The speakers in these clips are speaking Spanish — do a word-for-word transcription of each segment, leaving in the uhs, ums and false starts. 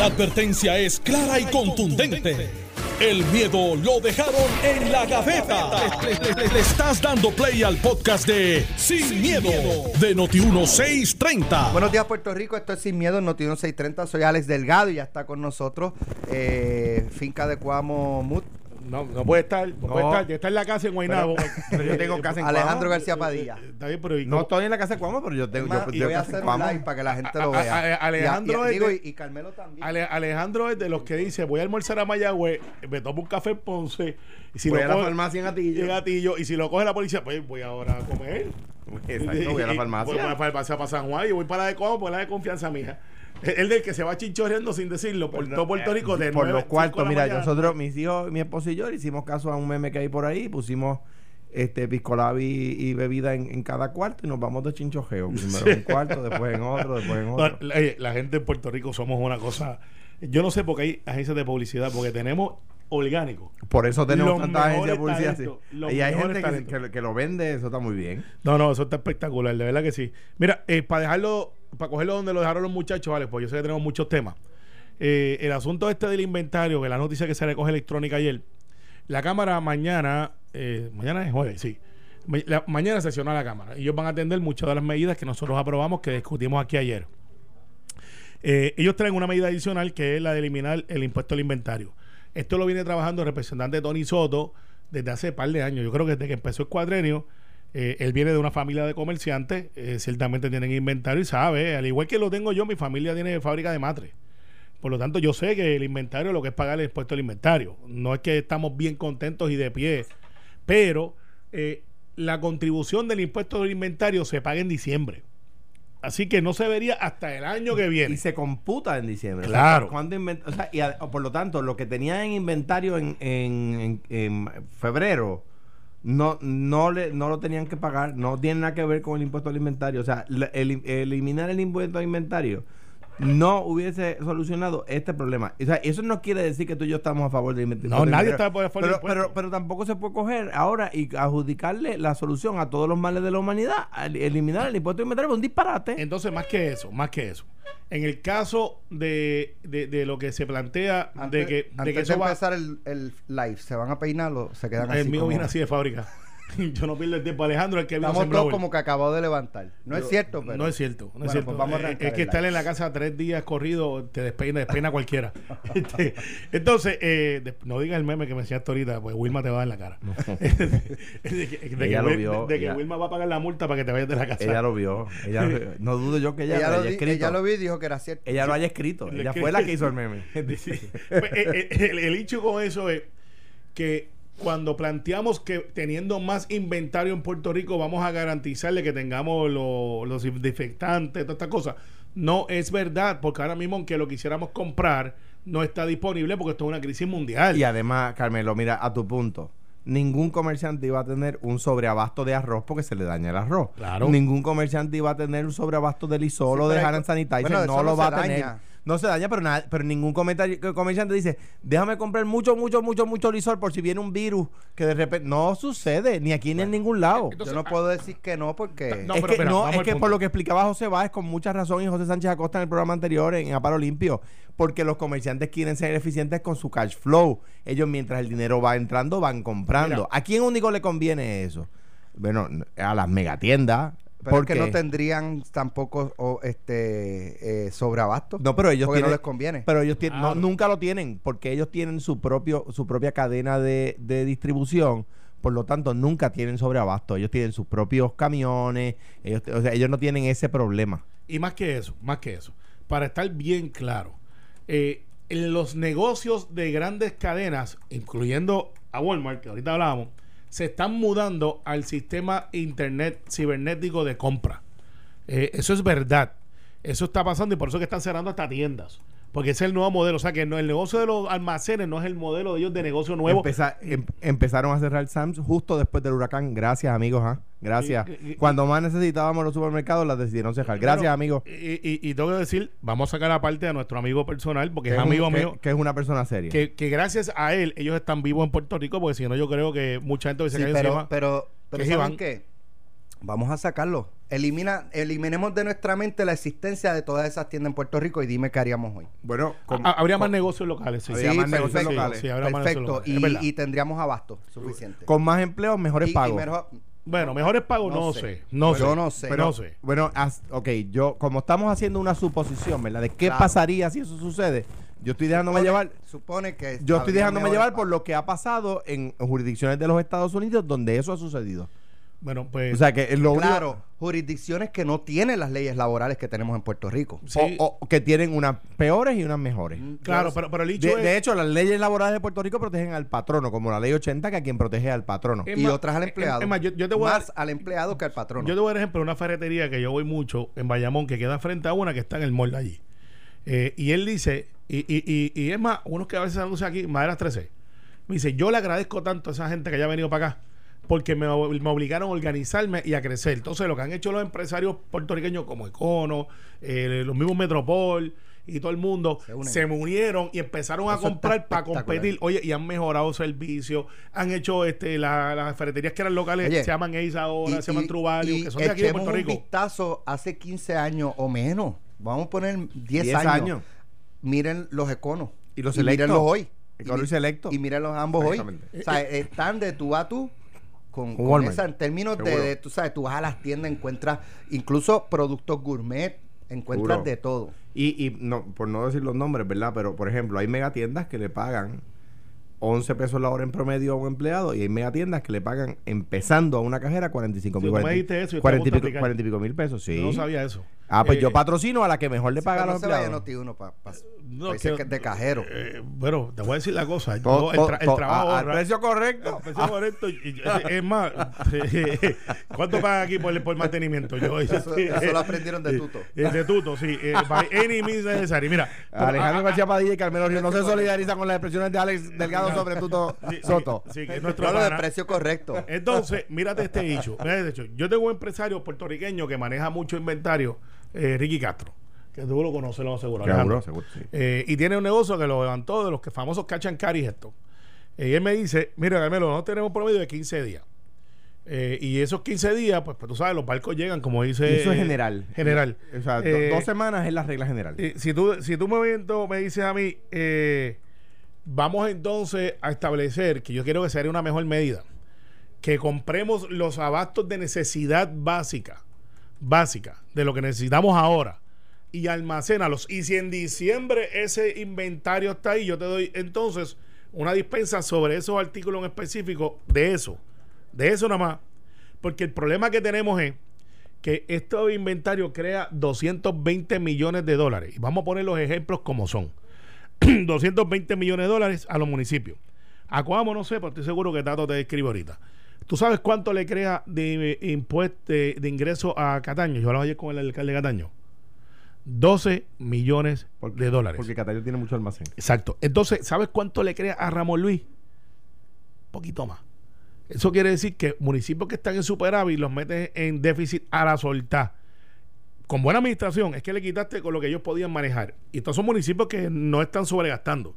La advertencia es clara y contundente. El miedo lo dejaron en la gaveta. Le, le- le- le estás dando play al podcast de Sin, Miedo, de Noti uno seiscientos treinta. Buenos días, Puerto Rico. Esto es Sin Miedo en Noti uno seiscientos treinta. Soy Alex Delgado y ya está con nosotros eh, Finca de Cuamo Mut. No, no puede estar, no, No. puede estar. Ya está en la casa en Guaynabo. Pero yo tengo casa en Alejandro Cuamo. García Padilla. Está bien, pero ¿y No cómo? estoy en la casa de Cuamo, pero yo tengo. Es más, yo, y yo voy a casa en hacer un Cuamo. live para que la gente lo A- vea. a- a- Alejandro y, y- es digo, de- y, y Carmelo también. Ale- Alejandro es de los que dice: voy a almorzar a Mayagüez, me tomo un café en Ponce. Y si Voy lo a la coge- farmacia en Atillo. en Gatillo, y si lo coge la policía, pues voy ahora a comer. Exacto, voy a la Y- farmacia. Voy a la farmacia para San Juan y voy para la de Cuamo, porque es la de confianza mía. El del que se va chinchorreando sin decirlo por todo Puerto Rico de Por nueve, los cinco cuartos, de la mira, mañana. nosotros, mis hijos, mi esposo y yo le hicimos caso a un meme que hay por ahí, pusimos este piscolabis y, y bebida en, en cada cuarto y nos vamos de chinchojeo. Primero en un cuarto, después en otro, después en otro. La, la- la gente en Puerto Rico somos una cosa. Yo no sé por qué hay agencias de publicidad, porque tenemos orgánico. Por eso tenemos Los tantas agencias de mejores publicidad. Sí. talentos, los Y hay mejores gente que, talentos. que, que lo vende, eso está muy bien. No, no, eso está espectacular, de verdad que sí. Mira, eh, para dejarlo, para cogerlo donde lo dejaron los muchachos, vale, pues yo sé que tenemos muchos temas. Eh, el asunto este del inventario, que la noticia que se recoge electrónica ayer, la Cámara mañana, eh, mañana es jueves, sí. Ma- la- mañana sesiona la Cámara. Ellos van a atender muchas de las medidas que nosotros aprobamos, que discutimos aquí ayer. Eh, ellos traen una medida adicional que es la de eliminar el impuesto al inventario. Esto lo viene trabajando el representante Tony Soto desde hace un par de años. Yo creo que desde que empezó el cuadrenio, eh, él viene de una familia de comerciantes, eh, ciertamente tienen inventario y sabe, al igual que lo tengo yo, mi familia tiene fábrica de matres. Por lo tanto, yo sé que el inventario lo que es pagar el impuesto al inventario. No es que estamos bien contentos y de pie, pero eh, la contribución del impuesto al inventario se paga en diciembre. Así que no se vería hasta el año que viene. Y se computa en diciembre. Claro. O sea, cuando invent- o sea, y a- por lo tanto, lo que tenía en inventario en, en, en- en febrero, no no le no lo tenían que pagar. No tiene nada que ver con el impuesto al inventario. O sea, la- el- eliminar el impuesto al inventario no hubiese solucionado este problema. O sea, eso no quiere decir que tú y yo estamos a favor del impuesto. No, nadie está a favor del pero, impuesto. pero, pero tampoco se puede coger ahora y adjudicarle la solución a todos los males de la humanidad, al eliminar el impuesto al inventario. Es un disparate. Entonces, más que eso, más que eso. En el caso de, de, de lo que se plantea Antes, de que, de antes que de eso va... empezar el, el live, ¿se van a peinar o se quedan así? El mío como- viene así de fábrica. Yo no pierdo el tiempo. Alejandro, el que vino Estamos sin todos blower. como que acabado de levantar. No es cierto, pero... No es cierto, no Bueno, es cierto. pues vamos a Eh, arrancar es que el estar live. en la casa tres días corrido te despeina, despeina cualquiera. Este, entonces, eh, de- no digas el meme que me enseñaste ahorita, pues Wilma te va a dar en la cara. de que, de Ella que lo Wil- vio, de que ella- Wilma va a pagar la multa para que te vayas de la casa. Ella lo vio. Ella, no dudo yo que ella, Ella, lo lo haya di- escrito. ella lo vi y dijo que era cierto. Ella lo haya escrito. Le- Ella que- fue la que hizo el meme. Sí. Pues, eh, eh, el, el hecho con eso es que cuando planteamos que teniendo más inventario en Puerto Rico vamos a garantizarle que tengamos lo- los desinfectantes, todas estas cosas, no es verdad, porque ahora mismo aunque lo quisiéramos comprar no está disponible porque esto es una crisis mundial. Y además, Carmelo, mira, a tu punto. Ningún comerciante iba a tener un sobreabasto de arroz porque se le daña el arroz. Claro. Ningún comerciante iba a tener un sobreabasto de Lysol o Sí, de pero- hand sanitizer. bueno, no eso lo no va se a tener. daña. No se daña, pero nada, pero ningún comentario- comerciante dice, déjame comprar mucho, mucho, mucho, mucho Lysol por si viene un virus que de repente no sucede, ni aquí ni en ningún lado. Entonces, Yo no puedo decir que no porque... No, es pero que, espera, no, vamos es al que punto. por lo que explicaba José Báez con mucha razón y José Sánchez Acosta en el programa anterior en Aparo Limpio, porque los comerciantes quieren ser eficientes con su cash flow. Ellos mientras el dinero va entrando van comprando. Mira. ¿A quién único le conviene eso? Bueno, a las megatiendas. Pero es porque que no tendrían tampoco o, este eh, sobreabasto. No, pero ellos porque tienen, no les conviene. Pero ellos tienen, no, Claro. nunca lo tienen, porque ellos tienen su propio, su propia cadena de, de distribución. Por lo tanto, nunca tienen sobreabasto. Ellos tienen sus propios camiones. Ellos, o sea, ellos no tienen ese problema. Y más que eso, más que eso, para estar bien claro, eh, en los negocios de grandes cadenas, incluyendo a Walmart, que ahorita hablábamos, se están mudando al sistema internet cibernético de compra. Eh, eso es verdad. Eso está pasando y por eso que están cerrando hasta tiendas. Porque ese es el nuevo modelo. O sea que no, el negocio de los almacenes no es el modelo de ellos de negocio nuevo. Empeza- em- empezaron a cerrar Sam's justo después del huracán. Gracias, amigos. ¿ah? Gracias. Y- y- Cuando más necesitábamos los supermercados, las decidieron cerrar. Gracias, Bueno, amigos. Y, y, y tengo que decir, vamos a sacar aparte a nuestro amigo personal, porque Que es es un- amigo que- mío. que es una persona seria. Que, que gracias a él ellos están vivos en Puerto Rico, porque si no yo creo que mucha gente se Sí, cae pero, encima. pero, pero que es ¿saben Iván. qué? Vamos a sacarlo. Elimina, eliminemos de nuestra mente la existencia de todas esas tiendas en Puerto Rico y dime qué haríamos hoy. Bueno, con, Ah, habría más con, negocios locales, sí. habría Sí, más negocios perfecto. locales. Sí, habría más Perfecto. negocios locales. Es verdad. Y, y tendríamos abasto suficiente. Con más empleos, mejores Y- y pagos. mejor- Bueno, mejores pagos, no, No sé. sé. No Yo sé. no sé. Pero no sé. Bueno, as- ok, yo, como estamos haciendo una suposición, ¿verdad? De qué Claro. pasaría si eso sucede, yo estoy dejándome supone, llevar. Supone que Yo estoy habría dejándome mejores llevar por pagos. lo que ha pasado en jurisdicciones de los Estados Unidos donde eso ha sucedido. Bueno, pues. O sea, que es lo Claro, único. jurisdicciones que no tienen las leyes laborales que tenemos en Puerto Rico. sí. O, o que tienen unas peores y unas mejores. Claro, Yo- pero, pero el hecho De, es. de hecho, las leyes laborales de Puerto Rico protegen al patrono, como la ley ochenta, que a quien protege al patrono. Es y más, otras al es- empleado. es más, yo- yo te voy a más dar- al empleado que al patrono. Yo te voy a dar ejemplo de una ferretería que yo voy mucho en Bayamón, que queda frente a una que está en el mall allí. Eh, y él dice, y, y, y, y es más, unos que a veces anuncian aquí, Maderas trece. Me dice, yo le agradezco tanto a esa gente que haya venido para acá, porque me, me obligaron a organizarme y a crecer. Entonces, lo que han hecho los empresarios puertorriqueños como Econo, eh, los mismos Metropol y todo el mundo, Se unen. se me unieron y empezaron a Eso está comprar para espectacular. competir. Oye, y han mejorado servicios, han hecho este la- las ferreterías que eran locales, Oye, se llaman Ace ahora, Y- se llaman y- True Value, y que son de aquí de echemos Puerto Rico. un vistazo hace quince años o menos. Vamos a poner diez, diez años. años. Miren los econos. Y los y selectos. mírenlos hoy. Econo y mi- selecto. Y mírenlos ambos hoy. Exactamente. O sea, están de tú a tú con, con Walmart. esa, en términos de, Seguro. de, tú sabes, tú vas a las tiendas, encuentras incluso productos gourmet, encuentras Seguro. de todo. Y, y no, por no decir los nombres, ¿verdad? Pero, por ejemplo, hay megatiendas que le pagan once pesos la hora en promedio a un empleado y hay megatiendas que le pagan empezando a una cajera cuarenta y cinco Sí, mil. tú me dijiste eso y yo te cuarenta y voy a pico, aplicar. cuarenta y pico mil pesos, sí. Yo no sabía eso. Ah, pues Eh, yo patrocino a la que mejor le paga a Pero los no se vaya empleados. Noti uno para pa, No, pa decir que- que es de cajero. Eh, bueno, te voy a decir la cosa. yo, Todo- el, tra- el todo- trabajo. a- al ra- precio correcto. al precio correcto. y- y- es más, ¿cuánto pagan aquí por, por mantenimiento? Yo, Eso- eso lo aprendieron de Tuto. Eh, de Tuto, sí. Eh, by any means necessary. Mira, pero- Alejandro ah, García Padilla y Carmelo Ríos no se solidarizan con las expresiones de Alex Delgado sobre Tuto sí, sí, Soto. sí, que es nuestro No lo de pana. precio correcto. Entonces, mírate este hecho. Mírate este hecho. Yo tengo un empresario puertorriqueño que maneja mucho inventario, eh, Ricky Castro, que tú lo conoces, lo aseguro. Alejandro. Seguro, seguro, sí. Eh, y tiene un negocio que lo levantó de los que famosos cachan caris esto. Eh, y él me dice, mira, Carmelo, nosotros tenemos un promedio de quince días. Eh, y esos quince días, pues, pues tú sabes, los barcos llegan, como dice... Y eso es eh, general. General. O sea, do- Eh, dos semanas es la regla general. eh, si tú, si tú me, viento- me dices a mí, eh, vamos entonces a establecer, que yo quiero que sea una mejor medida, que compremos los abastos de necesidad básica, básica, de lo que necesitamos ahora, y almacénalos. Y si en diciembre ese inventario está ahí, yo te doy entonces una dispensa sobre esos artículos en específico, de eso, de eso nada más. Porque el problema que tenemos es que este inventario crea doscientos veinte millones de dólares. Y vamos a poner los ejemplos como son. doscientos veinte millones de dólares a los municipios. A Coamo no sé, pero estoy seguro que Tato te describe ahorita. ¿Tú sabes cuánto le crea de impuesto de, de ingreso a Cataño? Yo hablaba ayer con el alcalde de Cataño. doce millones Porque- de dólares. Porque Cataño tiene mucho almacén. Exacto. Entonces, ¿sabes cuánto le crea a Ramón Luis? Poquito más. Eso quiere decir que municipios que están en superávit los metes en déficit a la soltar. Con buena administración, es que le quitaste con lo que ellos podían manejar. Y estos son municipios que no están sobregastando.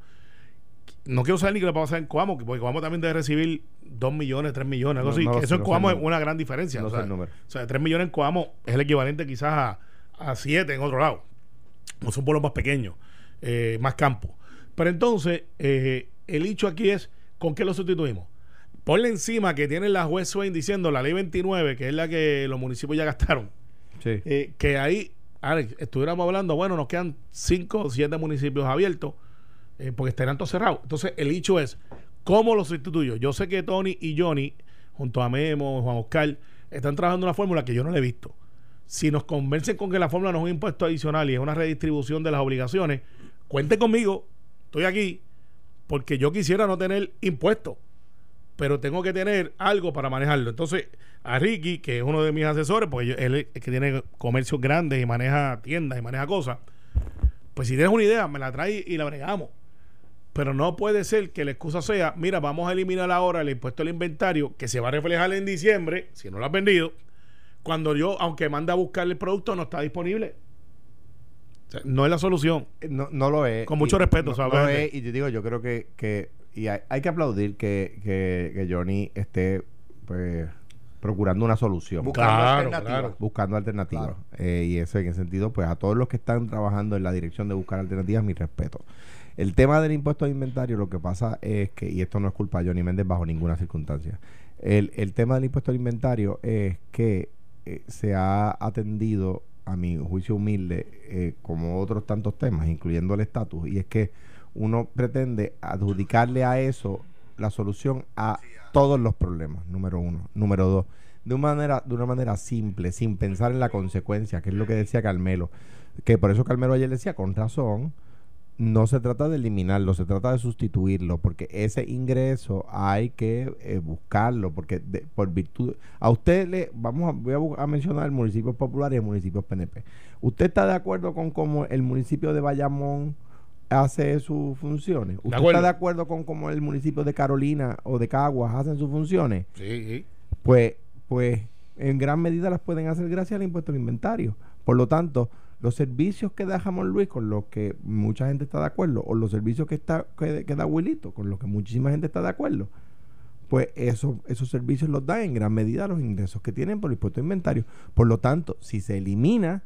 No quiero saber ni qué le va a pasar en Coamo, porque Coamo también debe recibir dos millones, tres millones, algo No, así. no que sé, eso en no sé Coamo el es número. una gran diferencia. No o sé sea, el número. o sea, tres millones en Coamo es el equivalente quizás a, a siete en otro lado. No son pueblos más pequeños, eh, más campo. Pero entonces, eh, el hecho aquí es, ¿con qué lo sustituimos? Ponle encima que tiene la juez Swain diciendo la ley veintinueve, que es la que los municipios ya gastaron, Sí. eh, que ahí, Alex, estuviéramos hablando, bueno, nos quedan cinco o siete municipios abiertos, eh, porque estarán todos cerrados. Entonces, el hecho es, ¿cómo lo sustituyo? Yo sé que Tony y Johnny, junto a Memo, Juan Oscar, están trabajando una fórmula que yo no la he visto. Si nos convencen con que la fórmula no es un impuesto adicional y es una redistribución de las obligaciones, cuente conmigo, estoy aquí, porque yo quisiera no tener impuestos, pero tengo que tener algo para manejarlo. Entonces, a Ricky, que es uno de mis asesores, porque yo- él es el que tiene comercios grandes y maneja tiendas y maneja cosas, pues si tienes una idea, me la trae y la bregamos. Pero no puede ser que la excusa sea, mira, vamos a eliminar ahora el impuesto al inventario, que se va a reflejar en diciembre, si no lo has vendido, cuando yo, aunque mande a buscar el producto, no está disponible. O sea, no es la solución. No, no lo es. Con mucho Y- respeto, no, ¿sabes? no lo es, y te digo, yo creo que, que y hay, hay que aplaudir que, que, que Johnny esté pues procurando una solución. Buscando Claro, alternativas. claro. Buscando alternativas. Claro. Eh, y eso en ese sentido, pues a todos los que están trabajando en la dirección de buscar alternativas, mi respeto. El tema del impuesto de inventario, lo que pasa es que, y esto no es culpa de Johnny Méndez bajo ninguna circunstancia, el, el tema del impuesto de inventario es que eh, se ha atendido, a mi juicio humilde, eh, como otros tantos temas, incluyendo el estatus, y es que uno pretende adjudicarle a eso la solución a todos los problemas, número uno. Número dos, de una manera, de una manera simple, sin pensar en la consecuencia, que es lo que decía Carmelo, que por eso Carmelo ayer decía, con razón, no se trata de eliminarlo, se trata de sustituirlo, porque ese ingreso hay que eh, buscarlo, porque de, por virtud, a usted le, vamos a, voy a, bu- a mencionar municipios populares y municipios P N P. ¿Usted está de acuerdo con cómo el municipio de Bayamón hace sus funciones? ¿Usted acuerdo. está de acuerdo con cómo el municipio de Carolina o de Caguas hacen sus funciones? Sí, sí. Pues, pues en gran medida las pueden hacer gracias al impuesto al inventario. Por lo tanto, los servicios que da Jamón Luis, con los que mucha gente está de acuerdo, o los servicios que está que, que da Wilito, con los que muchísima gente está de acuerdo, pues eso, esos servicios los dan en gran medida los ingresos que tienen por el impuesto al inventario. Por lo tanto, si se elimina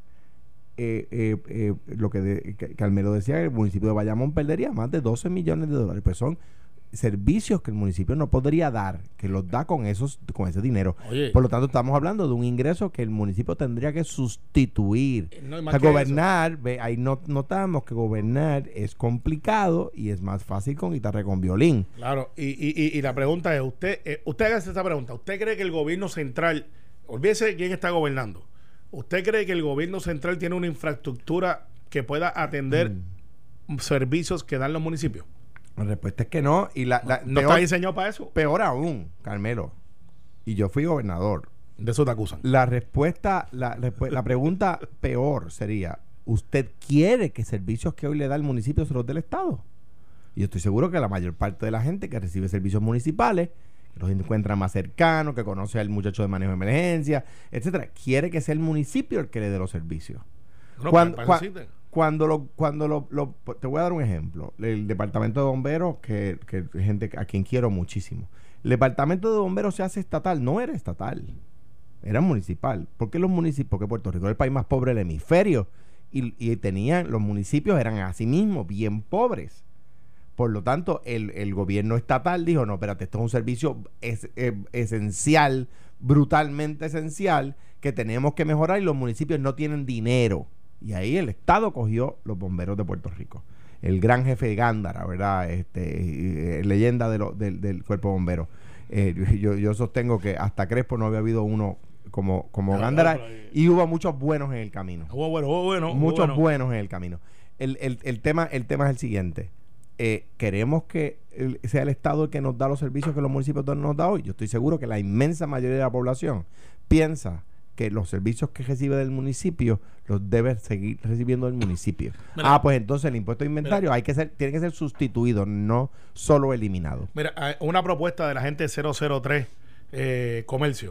eh, eh, eh, lo que, de, que Carmelo decía, el municipio de Bayamón perdería más de doce millones de dólares. Pues son servicios que el municipio no podría dar, que los da con esos con ese dinero. Oye. Por lo tanto, estamos hablando de un ingreso que el municipio tendría que sustituir. No, y O más sea, que gobernar, ve, ahí no, notamos que gobernar es complicado y es más fácil con guitarra y con violín. Claro, y, y, y, y la pregunta es, usted, eh, usted hágase esta pregunta, ¿usted cree que el gobierno central, olvídese de quién está gobernando, ¿usted cree que el gobierno central tiene una infraestructura que pueda atender Mm. servicios que dan los municipios? La respuesta es que no. Y la, la- ¿No peor, está diseñado para eso? peor aún, Carmelo, y yo fui gobernador. De eso te acusan. La respuesta, la, respu- la pregunta peor sería, ¿usted quiere que servicios que hoy le da el municipio se los dé el Estado? Y yo estoy seguro que la mayor parte de la gente que recibe servicios municipales, que los encuentra más cercanos, que conoce al muchacho de manejo de emergencia, etcétera, quiere que sea el municipio el que le dé los servicios. No, Cuando, para- para cua- eso existen. cuando lo, cuando lo, lo- te voy a dar un ejemplo. El departamento de bomberos, que, que es gente a quien quiero muchísimo. El departamento de bomberos se hace estatal, no era estatal, era municipal. ¿Por qué los municipios? Porque Puerto Rico era el país más pobre del hemisferio y, y tenían, los municipios eran a sí mismos bien pobres. Por lo tanto, el, el gobierno estatal dijo, no, espérate, esto es un servicio es, eh, esencial, brutalmente esencial, que tenemos que mejorar y los municipios no tienen dinero. Y ahí el Estado cogió los bomberos de Puerto Rico. El gran jefe Gándara, ¿verdad? Este, eh, leyenda de lo, del, del cuerpo bombero. Eh, yo, yo sostengo que hasta Crespo no había habido uno como, como No, Gándara no, pero- y hubo muchos buenos en el camino. Hubo bueno, hubo bueno. hubo Muchos bueno. buenos en el camino. El, el, el, tema, el tema es el siguiente. Eh, ¿Queremos que el- sea el Estado el que nos da los servicios que los municipios nos da hoy? Yo estoy seguro que la inmensa mayoría de la población piensa que los servicios que recibe del municipio los debe seguir recibiendo el municipio. Mira. ah, pues entonces el impuesto de inventario hay que ser, tiene que ser sustituido, no solo eliminado. Mira, hay una propuesta de la gente de cero cero tres eh, Comercio.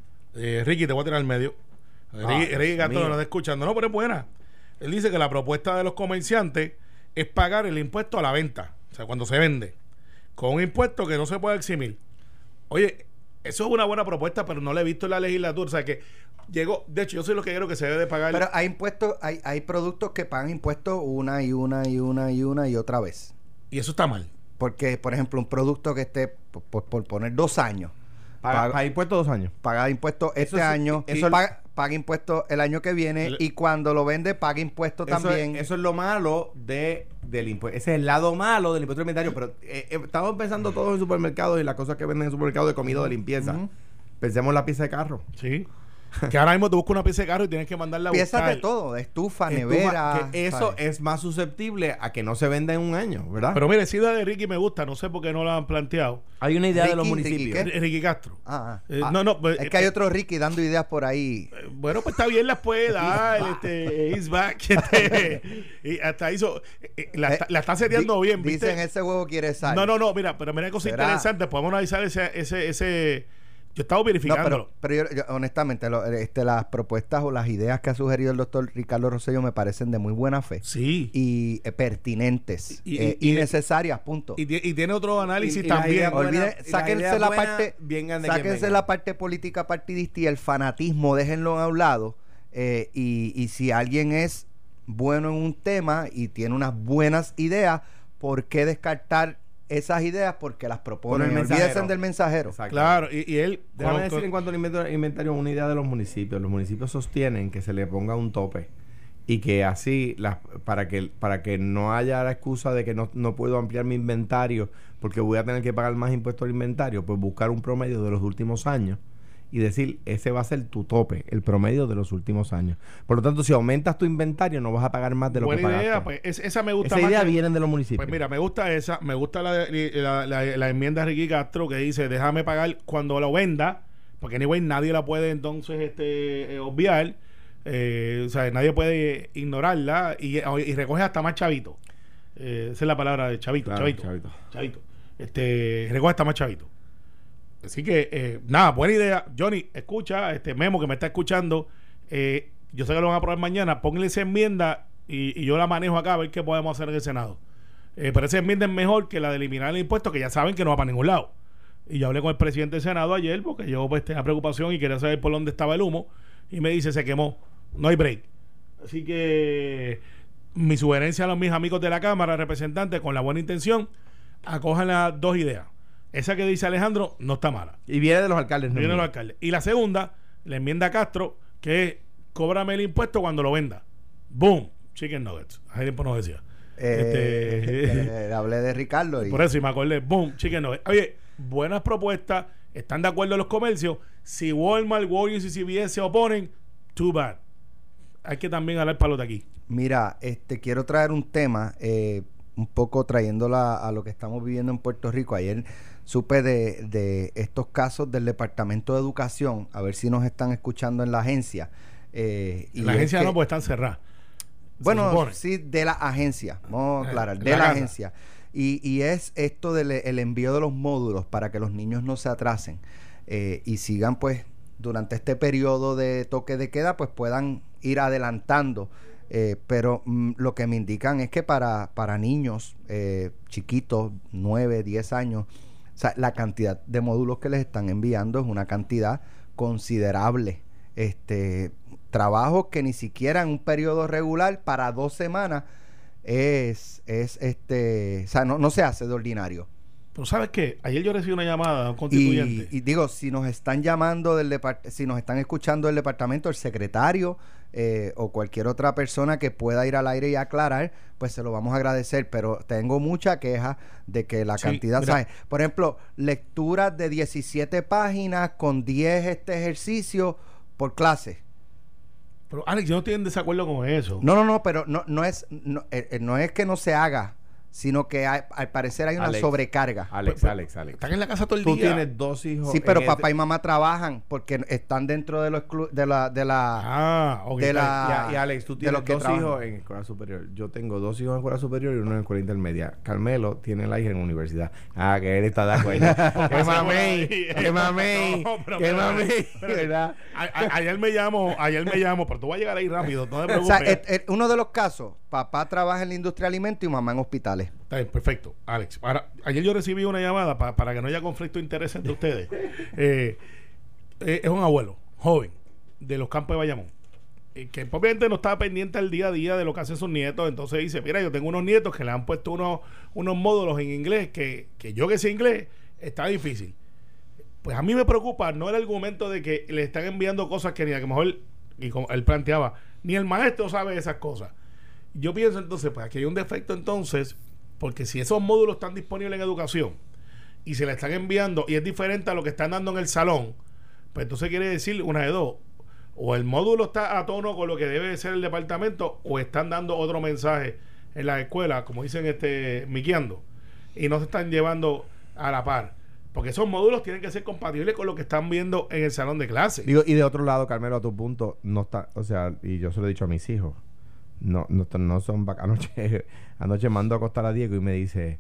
Eh, Ricky, te voy a tirar al medio. Ah, Ricky, Ricky Dios Gato mío. no está escuchando. No, pero es buena. Él dice que la propuesta de los comerciantes es pagar el impuesto a la venta. O sea, cuando se vende. Con un impuesto que no se puede eximir. Oye, eso es una buena propuesta, pero no la he visto en la legislatura. O sea, que llegó... De hecho, yo soy lo que creo que se debe de pagar... Pero hay impuestos, hay, hay productos que pagan impuestos una y una y una y una y otra vez. y eso está mal. Porque, por ejemplo, un producto que esté, por, por- por poner dos años, Paga, paga, paga impuestos dos años. paga impuestos este sí, año, eso- y paga, paga impuestos el año que viene, Le- y cuando lo vende, paga impuestos Eso también. es, eso es lo malo de, del impuesto. Ese es el lado malo del impuesto alimentario. Pero eh, eh, estamos pensando todos en supermercados y las cosas que venden en supermercados de comida o de limpieza. Ujú. Pensemos en la pieza de carro. Sí. Que ahora mismo te buscas una pieza de carro y tienes que mandarla a Piezas buscar. de todo, de estufa, Estufa, nevera. que eso ¿sabes? es más susceptible a que no se venda en un año, ¿verdad? Pero mire, esa idea de Ricky me gusta. No sé por qué no la han planteado. hay una idea de los Ricky, Ricky, municipios. ¿qué? R- Ricky Castro. Ah, ah. Eh, Ah, no, no. pues, es que hay eh, otro Ricky dando ideas por ahí. eh, Bueno, pues está bien, las puede dar. este, he's back. Este, y hasta hizo. eh, eh, la, está- la está seteando Di- bien, ¿viste? Dicen ese huevo quiere sal. No, no, no. Mira, pero mira, cosa ¿Será? interesante. Podemos analizar ese, ese, ese Yo estaba verificándolo. No, pero, pero yo, yo, honestamente, lo, este, las propuestas o las ideas que ha sugerido el doctor Ricardo Rosselló me parecen de muy buena fe. Sí. Y eh, pertinentes. Y, y, eh, y, y necesarias, punto. Y, y tiene otro análisis y, y también. buena, Olvide, sáquense la, buena, parte, sáquense la parte política partidista y el fanatismo, déjenlo a un lado. Eh, y, y si alguien es bueno en un tema y tiene unas buenas ideas, ¿por qué descartar esas ideas? Porque las proponen. Olvídense del mensajero. Exacto. Claro, y, y él... Déjame con, decir con, en cuanto al inventario, inventario una idea de los municipios. Los municipios sostienen que se le ponga un tope y que así, las, para que para que no haya la excusa de que no, no puedo ampliar mi inventario porque voy a tener que pagar más impuestos al inventario, pues buscar un promedio de los últimos años y decir, ese va a ser tu tope, el promedio de los últimos años. Por lo tanto, si aumentas tu inventario, no vas a pagar más de lo que pagaste. Buena idea, pues es, esa me gusta esa más. idea que, viene de los municipios. Pues mira, me gusta esa, me gusta la, la, la, la enmienda de Ricky Castro que dice, déjame pagar cuando lo venda, porque anyway nadie la puede entonces este eh, obviar, eh, o sea, nadie puede ignorarla y, y recoge hasta más chavito. Eh, esa es la palabra de chavito, Claro, chavito, chavito. chavito. Este, recoge hasta más chavito. Así que, eh, nada, buena idea. Johnny, escucha, este Memo que me está escuchando, eh, yo sé que lo van a aprobar mañana, pónganle esa enmienda y, y yo la manejo acá a ver qué podemos hacer en el Senado. Eh, pero esa enmienda es mejor que la de eliminar el impuesto, que ya saben que no va para ningún lado. Y yo hablé con el presidente del Senado ayer, porque yo pues tenía preocupación y quería saber por dónde estaba el humo, y me dice, se quemó, no hay break. Así que mi sugerencia a los mis amigos de la Cámara, representantes, con la buena intención, acojan las dos ideas. Esa que dice Alejandro no está mala. Y viene de los alcaldes. Viene de los alcaldes. Y la segunda, la enmienda a Castro, que es cóbrame el impuesto cuando lo venda. Boom. Chicken nuggets. Hace tiempo no decía. Eh, este, eh, hablé de Ricardo. Y... Por eso, y me acordé. Boom. Chicken nuggets. Oye, buenas propuestas. Están de acuerdo los comercios. Si Walmart, Walgreens y C V S se oponen, too bad. Hay que también hablar palo de aquí. Mira, este quiero traer un tema, eh, un poco trayéndola a lo que estamos viviendo en Puerto Rico. Ayer supe de, de estos casos del Departamento de Educación, a ver si nos están escuchando en la agencia. Eh, y la agencia que, no, pues están cerradas. Bueno, sí, de la agencia, vamos a aclarar, de la, la agencia. Y, y es esto del el envío de los módulos para que los niños no se atrasen eh, y sigan, pues, durante este periodo de toque de queda, pues puedan ir adelantando. Eh, pero mm, lo que me indican es que para, para niños eh, chiquitos, nueve, diez años, o sea, la cantidad de módulos que les están enviando es una cantidad considerable. Este, trabajos que ni siquiera en un periodo regular para dos semanas es, es este, o sea, no, no se hace de ordinario. Pero ¿sabes qué? Ayer yo recibí una llamada de un constituyente. Y, y digo, si nos están llamando del depart- si nos están escuchando del departamento, el secretario eh, o cualquier otra persona que pueda ir al aire y aclarar, pues se lo vamos a agradecer. Pero tengo mucha queja de que la sí, cantidad, mira. ¿sabes? Por ejemplo, lecturas de diecisiete páginas con diez este ejercicios por clase. Pero Alex, yo no estoy en desacuerdo con eso. No, no, no, pero no, no es no, eh, no es que no se haga, sino que hay, al parecer hay una Alex, sobrecarga. Alex, Pero, Alex, Alex. Están en la casa todo el Tú día. tienes dos hijos. Sí, pero en papá este- y mamá trabajan porque están dentro de los clu- de la de la Ah, ok. de está la- bien. Y, a- y Alex, tú de tienes los que dos trabajan. hijos en escuela superior. Yo tengo dos hijos en escuela superior y uno en escuela intermedia. Carmelo tiene la hija en universidad. Ah, que él está de acuerdo. ¡Qué mamey! ¡Qué mamey! No, pero- ¡Qué pero- mamey! pero- ¿Verdad? A- a- ayer me llamo, ayer me llamo, pero tú vas a llegar ahí rápido, no te o sea, preocupes. et- et- uno de los casos, papá trabaja en la industria de alimentos y mamá en hospitales. Está bien, perfecto, Alex. Ahora, ayer yo recibí una llamada pa- para que no haya conflicto de interés entre ustedes. Eh, eh, es un abuelo, joven, de los campos de Bayamón, eh, que obviamente no estaba pendiente al día a día de lo que hacen sus nietos. Entonces dice, mira, yo tengo unos nietos que le han puesto unos, unos módulos en inglés que, que yo que sé inglés, está difícil. Pues a mí me preocupa no el argumento de que le están enviando cosas que ni a lo mejor, y como él planteaba, ni el maestro sabe esas cosas. Yo pienso entonces, pues aquí hay un defecto entonces, porque si esos módulos están disponibles en educación y se le están enviando y es diferente a lo que están dando en el salón, pues entonces quiere decir una de dos: o el módulo está a tono con lo que debe ser el departamento, o están dando otro mensaje en la escuela, como dicen este miqueando, y no se están llevando a la par, porque esos módulos tienen que ser compatibles con lo que están viendo en el salón de clase. Digo, y de otro lado, Carmelo, a tu punto, no está, o sea, y yo se lo he dicho a mis hijos, no, no, no son vac- anoche, anoche mando a acostar a Diego y me dice,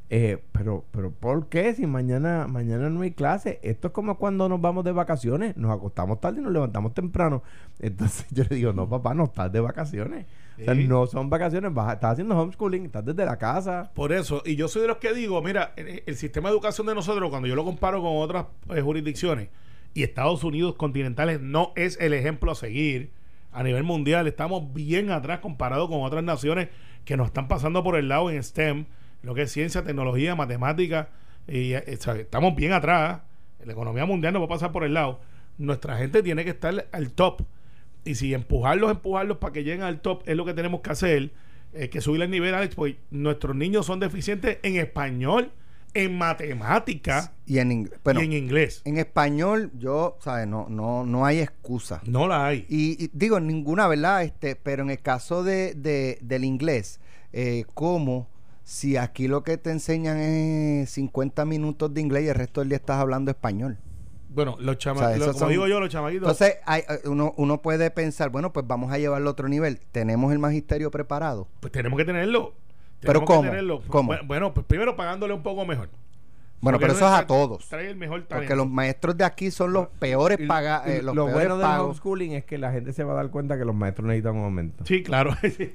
Eh, pero, pero ¿por qué? Si mañana, mañana no hay clase. Esto es como cuando nos vamos de vacaciones. Nos acostamos tarde y nos levantamos temprano. Entonces yo le digo, no, papá, no estás de vacaciones. Sí. O sea, no son vacaciones, vas, estás haciendo homeschooling, estás desde la casa. Por eso, y yo soy de los que digo, mira, el, el sistema de educación de nosotros, cuando yo lo comparo con otras eh, jurisdicciones, y Estados Unidos continentales no es el ejemplo a seguir a nivel mundial. Estamos bien atrás comparado con otras naciones que nos están pasando por el lado en STEM, lo que es ciencia, tecnología, matemática, y, eh, estamos bien atrás. La economía mundial nos va a pasar por el lado. Nuestra gente tiene que estar al top, y si empujarlos, empujarlos para que lleguen al top es lo que tenemos que hacer, eh, que subir el nivel, Alex, porque nuestros niños son deficientes en español, en matemática y en, ing- bueno, y en inglés. En español, yo, ¿sabes? No, no, no hay excusa. No la hay. Y, y digo, ninguna, ¿verdad? Este, pero en el caso de, de del inglés, eh, como si aquí lo que te enseñan es cincuenta minutos de inglés y el resto del día estás hablando español. Bueno, los chamaquitos, o sea, como son, digo yo, los chamaquitos. Entonces, hay, uno, uno puede pensar, bueno, pues vamos a llevarlo a otro nivel. ¿Tenemos el magisterio preparado? Pues tenemos que tenerlo. ¿Pero cómo? ¿Cómo? Bueno, bueno, pues primero pagándole un poco mejor. Bueno, pero eso es a todos. Trae el mejor talento. Porque los maestros de aquí son los peores pagados. Eh, los lo peores bueno del pagos. homeschooling es que la gente se va a dar cuenta que los maestros necesitan un aumento. Sí, claro.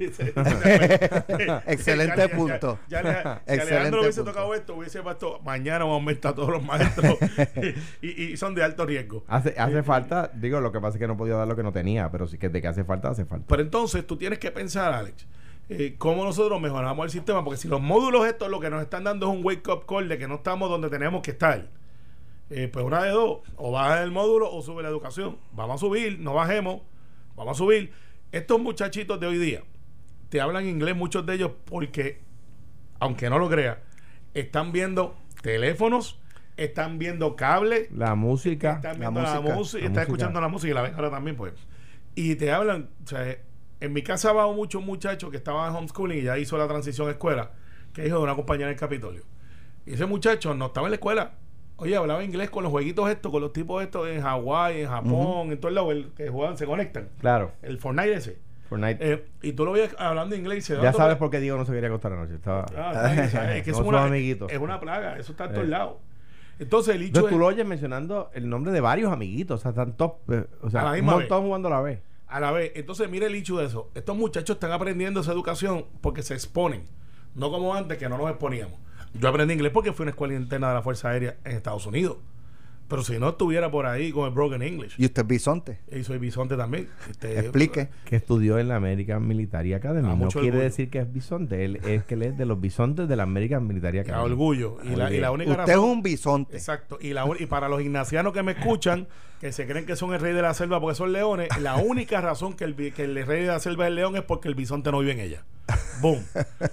Excelente punto. Ya, ya, ya, si Alejandro hubiese punto. tocado esto, hubiese puesto mañana un aumento a todos los maestros y, y son de alto riesgo. Hace, hace falta, digo, lo que pasa es que no podía dar lo que no tenía, pero sí que de que hace falta, hace falta. Pero entonces tú tienes que pensar, Alex, Eh, cómo nosotros mejoramos el sistema, porque si los módulos estos lo que nos están dando es un wake up call de que no estamos donde tenemos que estar, eh, pues una de dos, o baja el módulo o sube la educación. Vamos a subir, no bajemos, vamos a subir. Estos muchachitos de hoy día te hablan inglés, muchos de ellos, porque aunque no lo creas, están viendo teléfonos, están viendo cables, la música, están viendo la la música, música, la están música. escuchando la música y la ven ahora también, pues, y te hablan, o sea, en mi casa va muchos muchachos que estaban en homeschooling y ya hizo la transición a escuela, que es hijo de una compañera en el Capitolio. Y ese muchacho no estaba en la escuela. Oye, hablaba inglés con los jueguitos estos, con los tipos estos en Hawái, en Japón, uh-huh. en todo el lado, el, que juegan, se conectan. Claro. El Fortnite ese. Fortnite. Eh, y tú lo veías hablando inglés. Se ya sabes por qué Diego no se quería acostar anoche. Estaba... Ah, es, es que no, es, una, es una plaga. Eso está en todos eh. lados. Entonces el hecho Entonces, es... tú lo oyes mencionando el nombre de varios amiguitos. O sea, están top. Eh, o sea, un montón vez. jugando a la vez. A la vez. Entonces, mire el hecho de eso. Estos muchachos están aprendiendo esa educación porque se exponen. No como antes, que no nos exponíamos. Yo aprendí inglés porque fui a una escuela interna de la Fuerza Aérea en Estados Unidos. Pero si no estuviera por ahí con el broken English. ¿Y usted es bisonte? Y soy bisonte también. Este, Explique. Que estudió en la American Military Academy. Ah, no quiere orgullo. decir que es bisonte. Él es que él es de los bisontes de la American Military Academy. A orgullo. Y la, y la única usted razón, es un bisonte. Exacto. Y, la, y para los ignacianos que me escuchan, que se creen que son el rey de la selva porque son leones, la única razón que el, que el rey de la selva es el león es porque el bisonte no vive en ella. Boom.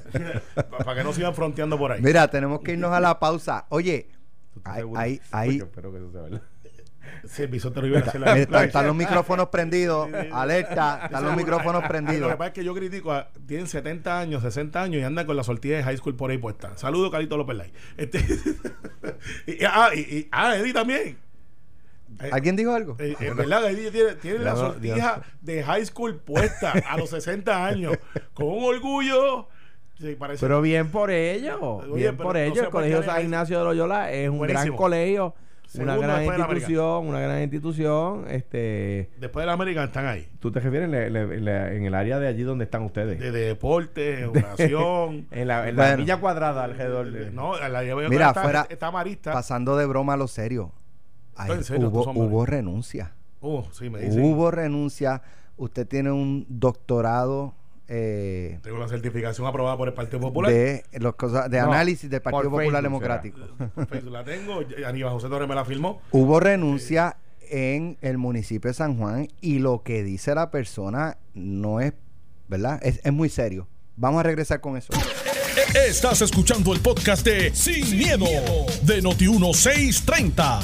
Para que no sigan fronteando por ahí. Mira, tenemos que irnos a la pausa. Oye, hay, hay, hay, espero que eso sea verdad. Sí, el bisonte no vive en la selva. Mira, están, están los micrófonos prendidos. Alerta, están los micrófonos prendidos. Lo que pasa es que yo critico a, tienen setenta años, sesenta años y andan con la sortilla de high school por ahí puesta. Saludos, Carlito López Lai. Este, y, ah, y, y, ah, Eddie también. ¿Alguien dijo algo? Eh, eh, ¿verdad? Eddie tiene, tiene la sortija de high school puesta a los sesenta años con un orgullo. Sí, pero bien por ellos. Oye, bien por ellos. No el Colegio San Ignacio de Loyola es un buenísimo. Gran colegio. Una Segundo gran institución, una gran institución. Este, después de la América están ahí. ¿Tú te refieres en, la, en, la, en el área de allí donde están ustedes? De, de deporte, educación. en la, en la bueno, Villa Cuadrada alrededor de... No, en la Mira, está, fuera, está Marista. Pasando de broma a lo serio. Ay, ¿En serio? Hubo, hubo renuncia. Uh, sí, me dicen. Hubo renuncia. Usted tiene un doctorado... Eh, tengo la certificación aprobada por el Partido Popular de, los cosas, de no, análisis del Partido Popular Facebook, Democrático. Facebook la tengo, Aníbal José Torres me la firmó. Hubo renuncia eh, en el municipio de San Juan y lo que dice la persona no es, ¿verdad? Es, es muy serio. Vamos a regresar con eso. Estás escuchando el podcast de Sin, Sin miedo, miedo de Noti uno seiscientos treinta.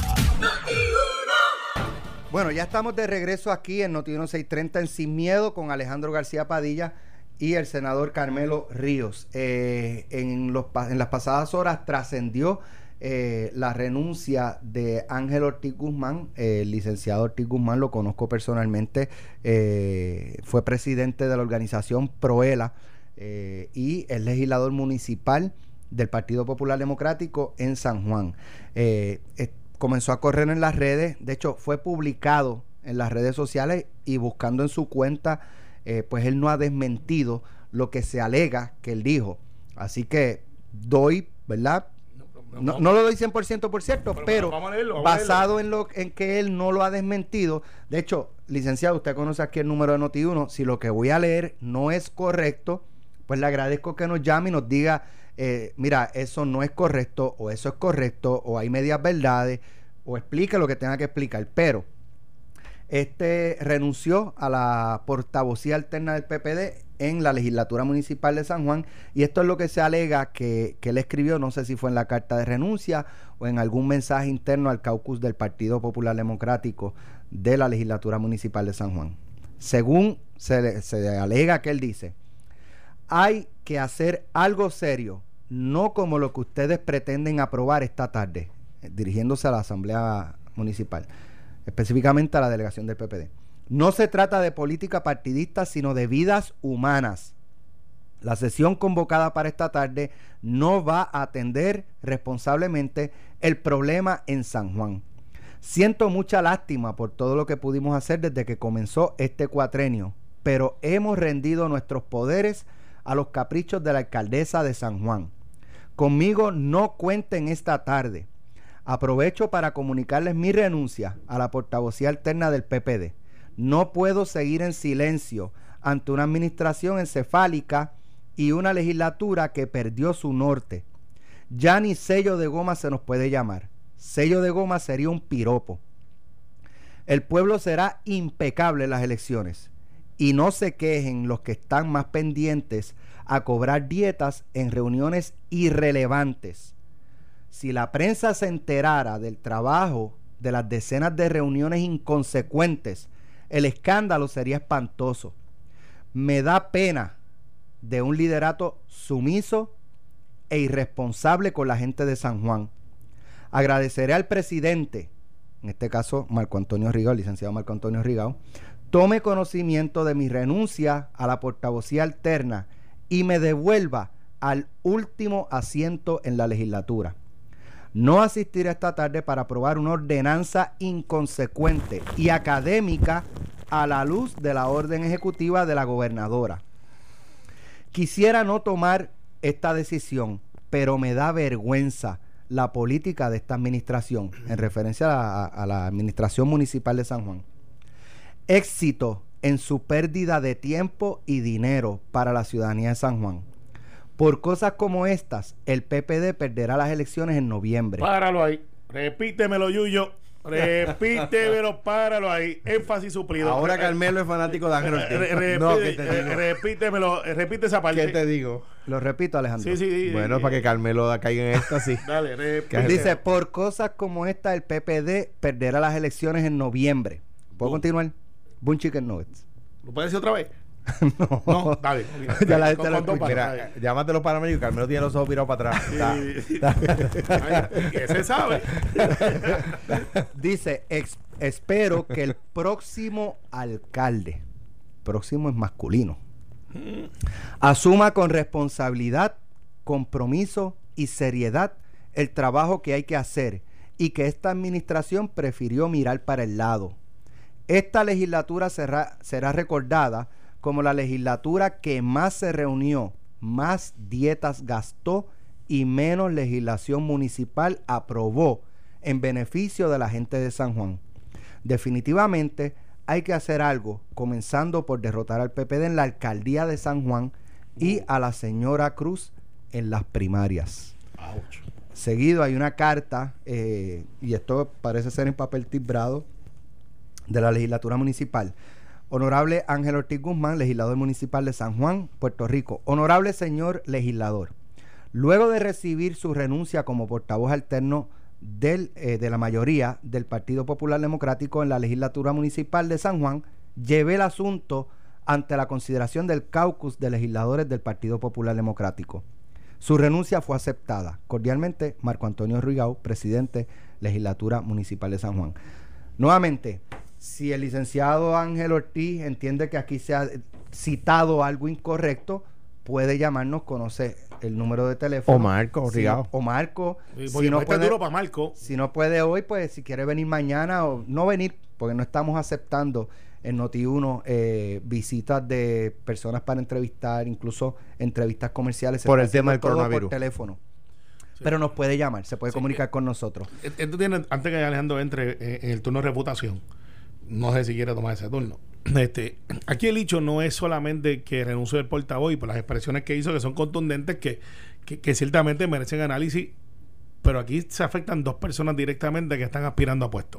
Bueno, ya estamos de regreso aquí en Noti uno seiscientos treinta en Sin Miedo con Alejandro García Padilla y el senador Carmelo Ríos. Eh, en, los, en las pasadas horas trascendió eh, la renuncia de Ángel Ortiz Guzmán. Eh, el licenciado Ortiz Guzmán lo conozco personalmente, eh, fue presidente de la organización Proela eh, y es legislador municipal del Partido Popular Democrático en San Juan. Eh, eh, comenzó a correr en las redes, de hecho fue publicado en las redes sociales y buscando en su cuenta, eh, pues él no ha desmentido lo que se alega que él dijo. Así que doy, ¿verdad? No, no lo doy cien por ciento por cierto, pero, pero vamos a leerlo, vamos basado a en lo en que él no lo ha desmentido. De hecho, licenciado, usted conoce aquí el número de Noti uno. Si lo que voy a leer no es correcto, pues le agradezco que nos llame y nos diga, eh, mira, eso no es correcto, o eso es correcto, o hay medias verdades, o explique lo que tenga que explicar. Pero este renunció a la portavocía alterna del P P D en la legislatura municipal de San Juan, y esto es lo que se alega que, que él escribió, no sé si fue en la carta de renuncia o en algún mensaje interno al caucus del Partido Popular Democrático de la legislatura municipal de San Juan. Según se, se alega que él dice, hay que hacer algo serio, no como lo que ustedes pretenden aprobar esta tarde, dirigiéndose a la Asamblea Municipal, específicamente a la delegación del P P D. No se trata de política partidista, sino de vidas humanas. La sesión convocada para esta tarde no va a atender responsablemente el problema en San Juan. Siento mucha lástima por todo lo que pudimos hacer desde que comenzó este cuatrenio, pero hemos rendido nuestros poderes a los caprichos de la alcaldesa de San Juan. Conmigo no cuenten esta tarde. Aprovecho para comunicarles mi renuncia a la portavocía alterna del P P D. No puedo seguir en silencio ante una administración encefálica y una legislatura que perdió su norte. Ya ni sello de goma se nos puede llamar. Sello de goma sería un piropo. El pueblo será impecable en las elecciones. Y no se quejen los que están más pendientes a cobrar dietas en reuniones irrelevantes. Si la prensa se enterara del trabajo de las decenas de reuniones inconsecuentes, el escándalo sería espantoso. Me da pena de un liderato sumiso e irresponsable con la gente de San Juan. Agradeceré al presidente, en este caso Marco Antonio Rigao, el licenciado Marco Antonio Rigao, tome conocimiento de mi renuncia a la portavocía alterna y me devuelva al último asiento en la legislatura. No asistiré esta tarde para aprobar una ordenanza inconsecuente y académica a la luz de la orden ejecutiva de la gobernadora. Quisiera no tomar esta decisión, pero me da vergüenza la política de esta administración, en referencia a, a la administración municipal de San Juan. Éxito en su pérdida de tiempo y dinero para la ciudadanía de San Juan. Por cosas como estas, el P P D perderá las elecciones en noviembre. Páralo ahí. Repítemelo, Yuyo. Repítemelo, páralo ahí. Énfasis suplido. Ahora Carmelo es fanático de Ángel Ortiz. Re, re, no, ¿qué te digo? Repítemelo, repite esa parte. ¿Qué te digo? Lo repito, Alejandro. Sí, sí. Bueno, sí, para que Carmelo caiga en esta, sí. Dale, repite. Dice, por cosas como esta, el P P D perderá las elecciones en noviembre. ¿Puedo Boom. continuar? Boom Chicken Nuggets. ¿Lo puedes decir otra vez? no, no, dale. Okay. Ya la gente lo escucha. Mira, llámate los paramédicos y Carmelo tiene los ojos virados para atrás. Sí. Ay, que se sabe. Dice, ex, espero que el próximo alcalde, próximo es masculino, mm. asuma con responsabilidad, compromiso y seriedad el trabajo que hay que hacer y que esta administración prefirió mirar para el lado. Esta legislatura será, será recordada como la legislatura que más se reunió, más dietas gastó y menos legislación municipal aprobó en beneficio de la gente de San Juan. Definitivamente hay que hacer algo, comenzando por derrotar al P P D en la alcaldía de San Juan y a la señora Cruz en las primarias. Ouch. Seguido hay una carta, eh, y esto parece ser en papel tibrado, de la legislatura municipal. Honorable Ángel Ortiz Guzmán, legislador municipal de San Juan, Puerto Rico. Honorable señor legislador, luego de recibir su renuncia como portavoz alterno del, eh, de la mayoría del Partido Popular Democrático en la legislatura municipal de San Juan, llevé el asunto ante la consideración del caucus de legisladores del Partido Popular Democrático. Su renuncia fue aceptada. Cordialmente, Marco Antonio Rigao, presidente, legislatura municipal de San Juan. Nuevamente, si el licenciado Ángel Ortiz entiende que aquí se ha citado algo incorrecto, puede llamarnos, conoce el número de teléfono. O Marco, si, Rigao. O Marco. Sí, si no está puede, duro para Marco. Si no puede hoy, pues si quiere venir mañana o no venir, porque no estamos aceptando en Noti uno eh, visitas de personas para entrevistar, incluso entrevistas comerciales. Por el tema del coronavirus. Por teléfono. Sí. Pero nos puede llamar, se puede sí, comunicar eh, con nosotros. Esto tiene, antes que Alejandro entre eh, en el turno de reputación, no sé si quiere tomar ese turno. Este, aquí el hecho no es solamente que renunció el portavoz y por las expresiones que hizo, que son contundentes, que, que, que ciertamente merecen análisis, pero aquí se afectan dos personas directamente que están aspirando a puestos.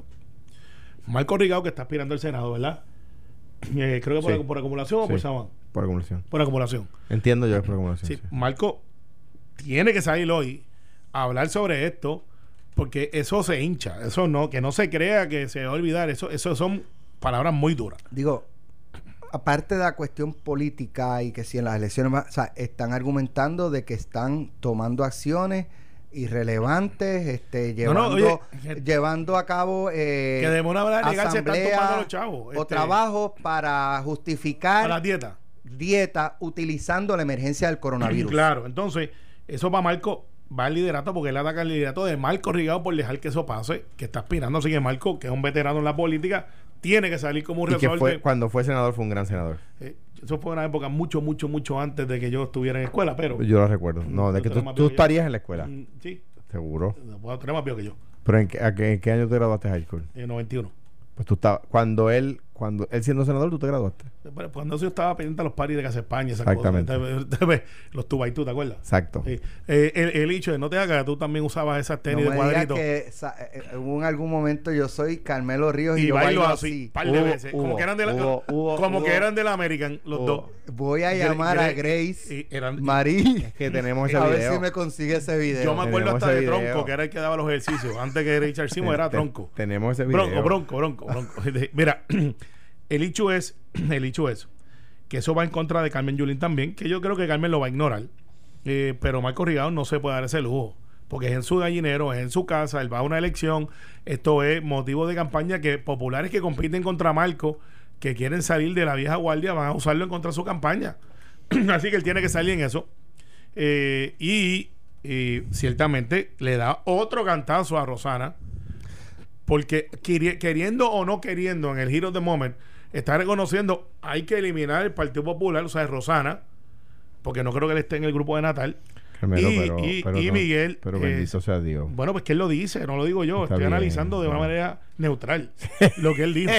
Marco Rigao, que está aspirando al Senado, ¿verdad? Eh, creo que por, sí. por acumulación o sí. por Saban. Por acumulación. Por acumulación. Entiendo yo, es por acumulación. Sí, sí. Marco tiene que salir hoy a hablar sobre esto, porque eso se hincha. Eso no, que no se crea que se va a olvidar. Eso, eso son palabras muy duras. Digo, aparte de la cuestión política y que si en las elecciones, o sea, están argumentando de que están tomando acciones irrelevantes, este, llevando, no, no, oye, que, llevando a cabo eh, que de buena manera legal se están tomando los chavos, o este, trabajos para justificar a las dietas dieta utilizando la emergencia del coronavirus. Claro, entonces eso para Marco va al liderato, porque él ataca el liderato de Marco Rigao por dejar que eso pase, que está aspirando. Así que Marco, que es un veterano en la política, tiene que salir como un resorte. Y que fue, cuando fue senador fue un gran senador. Eh, eso fue una época mucho, mucho, mucho antes de que yo estuviera en escuela, pero... Yo lo recuerdo. No, de que tú, tú estarías en la escuela. Mm, sí. Seguro. Bueno, tenés más viejo que yo. ¿Pero en qué, a qué, en qué año te graduaste de high school? En noventa y uno. Pues tú estabas... Cuando él... Cuando él siendo senador, ¿tú te graduaste? Cuando yo estaba pendiente a los paris de Casa España. Exactamente. Cosa. Los Tubaitú, ¿te acuerdas? Exacto. Sí. Eh, el, el hecho de no te hagas, tú también usabas esas tenis no de cuadritos. Que en algún momento yo soy Carmelo Ríos y, y yo bailo, bailo así. así. Par de hubo, veces. Hubo, como que eran de la, hubo, hubo, como hubo, que eran del American, los hubo. dos. Voy a llamar Gre- a Grace y eran, Marí. Es que tenemos ese a video. ver si me consigue ese video. Yo me acuerdo tenemos hasta de video. Tronco, que era el que daba los ejercicios. Antes que Richard Simo era Tronco. Tenemos ese video. Bronco, bronco, bronco, bronco. Mira, el hecho es, el hecho es que eso va en contra de Carmen Yulín también, que yo creo que Carmen lo va a ignorar. Eh, pero Marco Rigao no se puede dar ese lujo, porque es en su gallinero, es en su casa, él va a una elección. Esto es motivo de campaña, que populares que compiten contra Marco, que quieren salir de la vieja guardia, van a usarlo en contra de su campaña. Así que él tiene que salir en eso. Eh, y, y ciertamente le da otro cantazo a Rosana, porque queri- queriendo o no queriendo, en el Hero of the Moment, está reconociendo, hay que eliminar el Partido Popular, o sea, Rosana, porque no creo que él esté en el grupo de Natal. Carmelo, y, pero, y, pero y no, Miguel, pero eh, bendito sea Dios. Bueno, pues que él lo dice, no lo digo yo. Está estoy bien, analizando de una no. manera neutral lo que él dijo.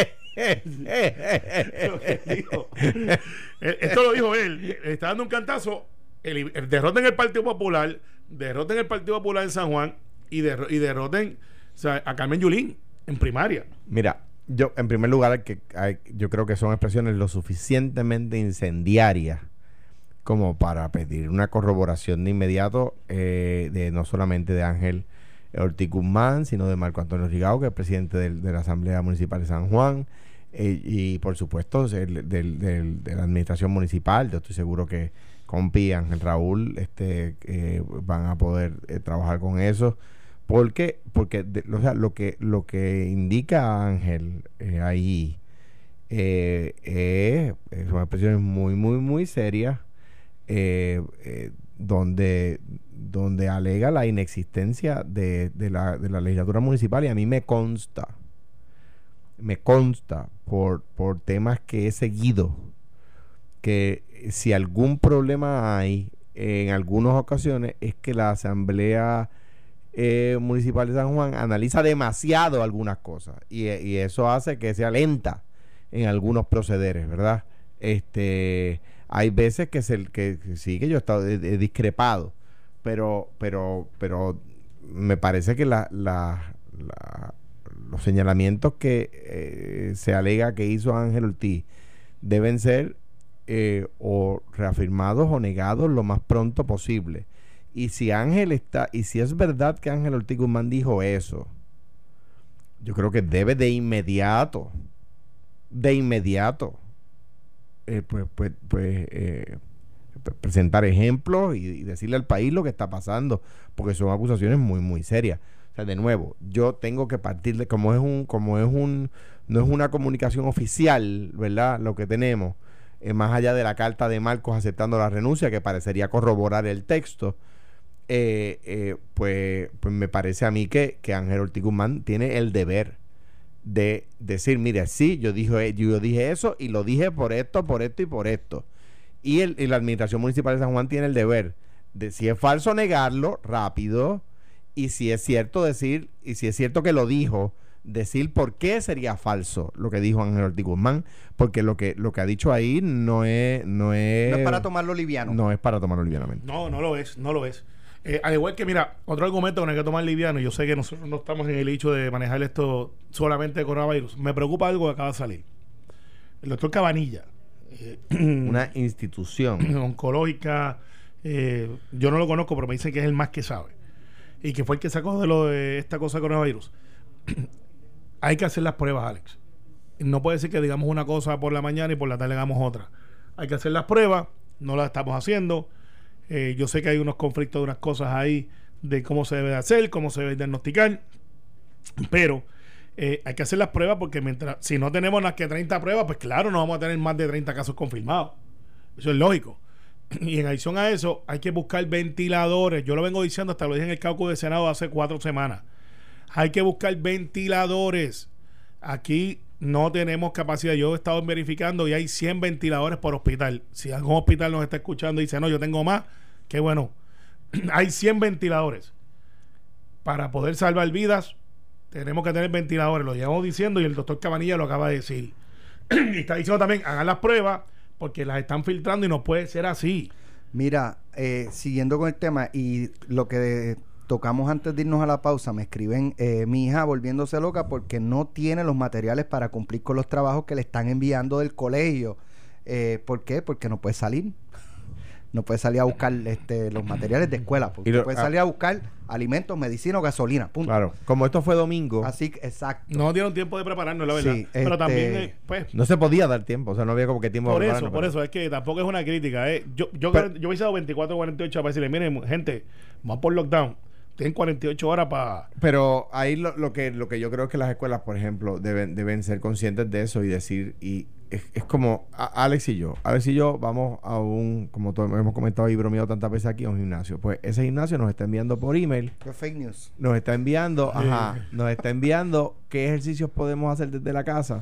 Lo que él dijo. Esto lo dijo él. Está dando un cantazo. El, el derroten el Partido Popular, derroten el Partido Popular en San Juan y, der, y derroten, o sea, a Carmen Yulín en primaria. Mira, yo en primer lugar que hay, yo creo que son expresiones lo suficientemente incendiarias como para pedir una corroboración de inmediato, eh, de no solamente de Ángel Ortiz Guzmán, sino de Marco Antonio Rigao, que es presidente del, de la Asamblea Municipal de San Juan, eh, y por supuesto del, del, del, de la administración municipal. Yo estoy seguro que Compi y Ángel Raúl este, eh, van a poder eh, trabajar con eso. Porque, porque de, o sea, lo que lo que indica Ángel eh, ahí eh, eh, son expresiones muy, muy, muy serias, eh, eh, donde, donde alega la inexistencia de, de, la, de la legislatura municipal, y a mí me consta, me consta por, por temas que he seguido, que si algún problema hay en algunas ocasiones es que la Asamblea Eh, municipal de San Juan analiza demasiado algunas cosas, y, y eso hace que sea lenta en algunos procederes, ¿verdad? Este, hay veces que se que, que sí que yo he estado he, he discrepado, pero pero pero me parece que la, la, la los señalamientos que eh, se alega que hizo Ángel Ortiz deben ser eh, o reafirmados o negados lo más pronto posible. Y si Ángel está, y si es verdad que Ángel Ortiz Guzmán dijo eso, yo creo que debe de inmediato, de inmediato, eh, pues, pues, pues eh, presentar ejemplos y, y decirle al país lo que está pasando, porque son acusaciones muy, muy serias. O sea, de nuevo, yo tengo que partir de, como es un, como es un, no es una comunicación oficial, ¿verdad? Lo que tenemos. eh, más allá de la carta de Marcos aceptando la renuncia, que parecería corroborar el texto, eh, eh, pues, pues me parece a mí que, que Ángel Ortiz Guzmán tiene el deber de decir, mire, sí, yo dije, yo dije eso y lo dije por esto, por esto y por esto. Y, el, y la Administración Municipal de San Juan tiene el deber de, si es falso, negarlo rápido, y si es cierto decir, y si es cierto que lo dijo, decir por qué sería falso lo que dijo Ángel Ortiz Guzmán, porque lo que lo que ha dicho ahí no es no es, no es para tomarlo liviano. No es para tomarlo livianamente. No, no lo es, no lo es. Eh, al igual que, mira, otro argumento con el que tomar liviano, yo sé que nosotros no estamos en el hecho de manejar esto solamente de coronavirus. Me preocupa algo que acaba de salir. El doctor Cabanilla. Eh, Una institución oncológica, eh, yo no lo conozco, pero me dicen que es el más que sabe. Y que fue el que sacó de lo de esta cosa de coronavirus. Hay que hacer las pruebas, Alex. No puede ser que digamos una cosa por la mañana y por la tarde digamos otra. Hay que hacer las pruebas, no las estamos haciendo. Eh, yo sé que hay unos conflictos de unas cosas ahí de cómo se debe de hacer, cómo se debe diagnosticar, pero eh, hay que hacer las pruebas porque mientras si no tenemos más que treinta pruebas, pues claro, no vamos a tener más de treinta casos confirmados. Eso es lógico. Y en adición a eso, hay que buscar ventiladores. Yo lo vengo diciendo, hasta lo dije en el caucus de Senado hace cuatro semanas. Hay que buscar ventiladores. Aquí no tenemos capacidad. Yo he estado verificando y hay cien ventiladores por hospital. Si algún hospital nos está escuchando y dice, no, yo tengo más, qué bueno. Hay cien ventiladores. Para poder salvar vidas, tenemos que tener ventiladores. Lo llevamos diciendo y el doctor Cabanilla lo acaba de decir. Y está diciendo también, hagan las pruebas porque las están filtrando y no puede ser así. Mira, eh, siguiendo con el tema y lo que tocamos antes de irnos a la pausa, me escriben eh, mi hija volviéndose loca porque no tiene los materiales para cumplir con los trabajos que le están enviando del colegio. Eh, ¿Por qué? Porque no puede salir. No puede salir a buscar este, los materiales de escuela. Porque lo, puede salir a buscar alimentos, medicina o gasolina. Punto. Claro. Como esto fue domingo. Así que, exacto. No dieron tiempo de prepararnos, la verdad. Sí, Pero este, también, eh, pues. No se podía dar tiempo. O sea, no había como que tiempo Por de eso, por pero. eso. Es que tampoco es una crítica. Eh. Yo, yo, pero, yo hubiese dado veinticuatro o cuarenta y ocho para decirle, miren, gente, vamos por lockdown. Tienen cuarenta y ocho horas para... Pero ahí lo, lo que lo que yo creo es que las escuelas, por ejemplo, deben deben ser conscientes de eso y decir, y es, es como a, Alex y yo, Alex y yo vamos a un, como todos hemos comentado y bromeado tantas veces aquí, a un gimnasio. Pues ese gimnasio nos está enviando por email. ¿Qué fake news? Nos está enviando, Sí. ajá, nos está enviando qué ejercicios podemos hacer desde la casa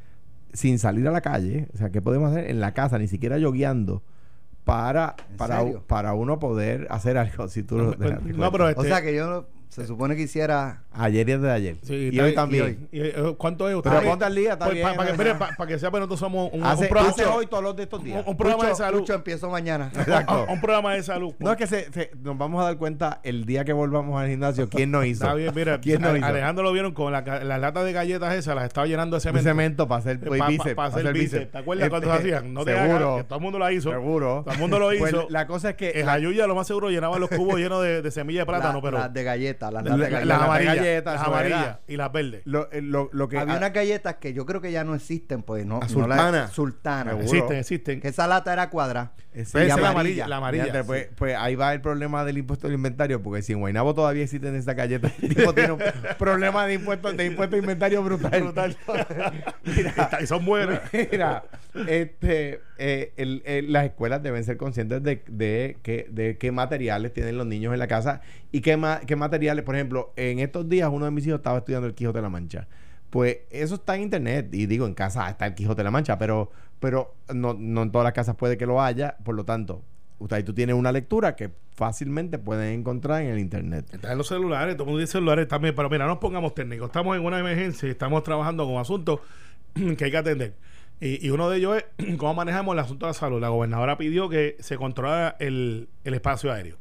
sin salir a la calle. O sea, qué podemos hacer en la casa, ni siquiera yogueando. Para, para, para uno poder hacer algo. Si tú no, lo, no, no, pero este, o sea que yo no, se supone que hiciera ayer y desde ayer. Sí, y hoy también. Y hoy. Y, ¿cuánto es? Pero ponte al día, está pues, bien. Para pa que, mire, pa, pa que sepa que nosotros somos un, hace, un programa. hace hoy todos los de estos días. Un, un programa Pucho, de salud. Pucho, empiezo mañana. Exacto. un, un programa de salud. No, es que se, se, nos vamos a dar cuenta el día que volvamos al gimnasio quién nos hizo. Está bien, mira, ¿Quién nos hizo? Alejandro lo vieron con la, las latas de galletas esas, las estaba llenando de cemento. De cemento para hacer para bíceps. pa, pa hacer bíceps. ¿Te acuerdas este, cuando se hacían? No te seguro. hagas, que todo el mundo la hizo. Seguro. Todo el mundo lo hizo. Pues la cosa es que En Jayuya lo más seguro llenaba los cubos llenos de, de semilla de plátano, la, pero las de galletas, las, la, las de la, galletas. las las amarillas, galletas, las eso amarillas era. y las verdes. Lo, lo, lo que Había ah, unas galletas que yo creo que ya no existen, pues no. Ah, no la- sultana. sultana. Seguro. Existen, existen. Que esa lata era cuadrada. es- Pues y esa es la amarilla. amarilla, la amarilla. Fíjate, sí. pues, pues ahí va el problema del impuesto al inventario, porque si en Guaynabo todavía existen esas galletas, el tipo tiene un problema de impuesto de impuesto de inventario brutal. Brutal. Mira, Está- y son buenas. mira, este, eh, el- el- las escuelas deben ser conscientes de, de, que, de qué materiales tienen los niños en la casa y qué, ma- qué materiales, por ejemplo, en estos días uno de mis hijos estaba estudiando el Quijote de la Mancha. Pues eso está en internet y digo, en casa está el Quijote de la Mancha, pero, pero no, no en todas las casas puede que lo haya, por lo tanto, usted, tú tienes una lectura que fácilmente pueden encontrar en el internet. Está en los celulares, todo el mundo dice celulares también, pero mira, no nos pongamos técnicos. Estamos en una emergencia y estamos trabajando con asuntos que hay que atender. Y, y uno de ellos es cómo manejamos el asunto de la salud. La gobernadora pidió que se controlara el, el espacio aéreo.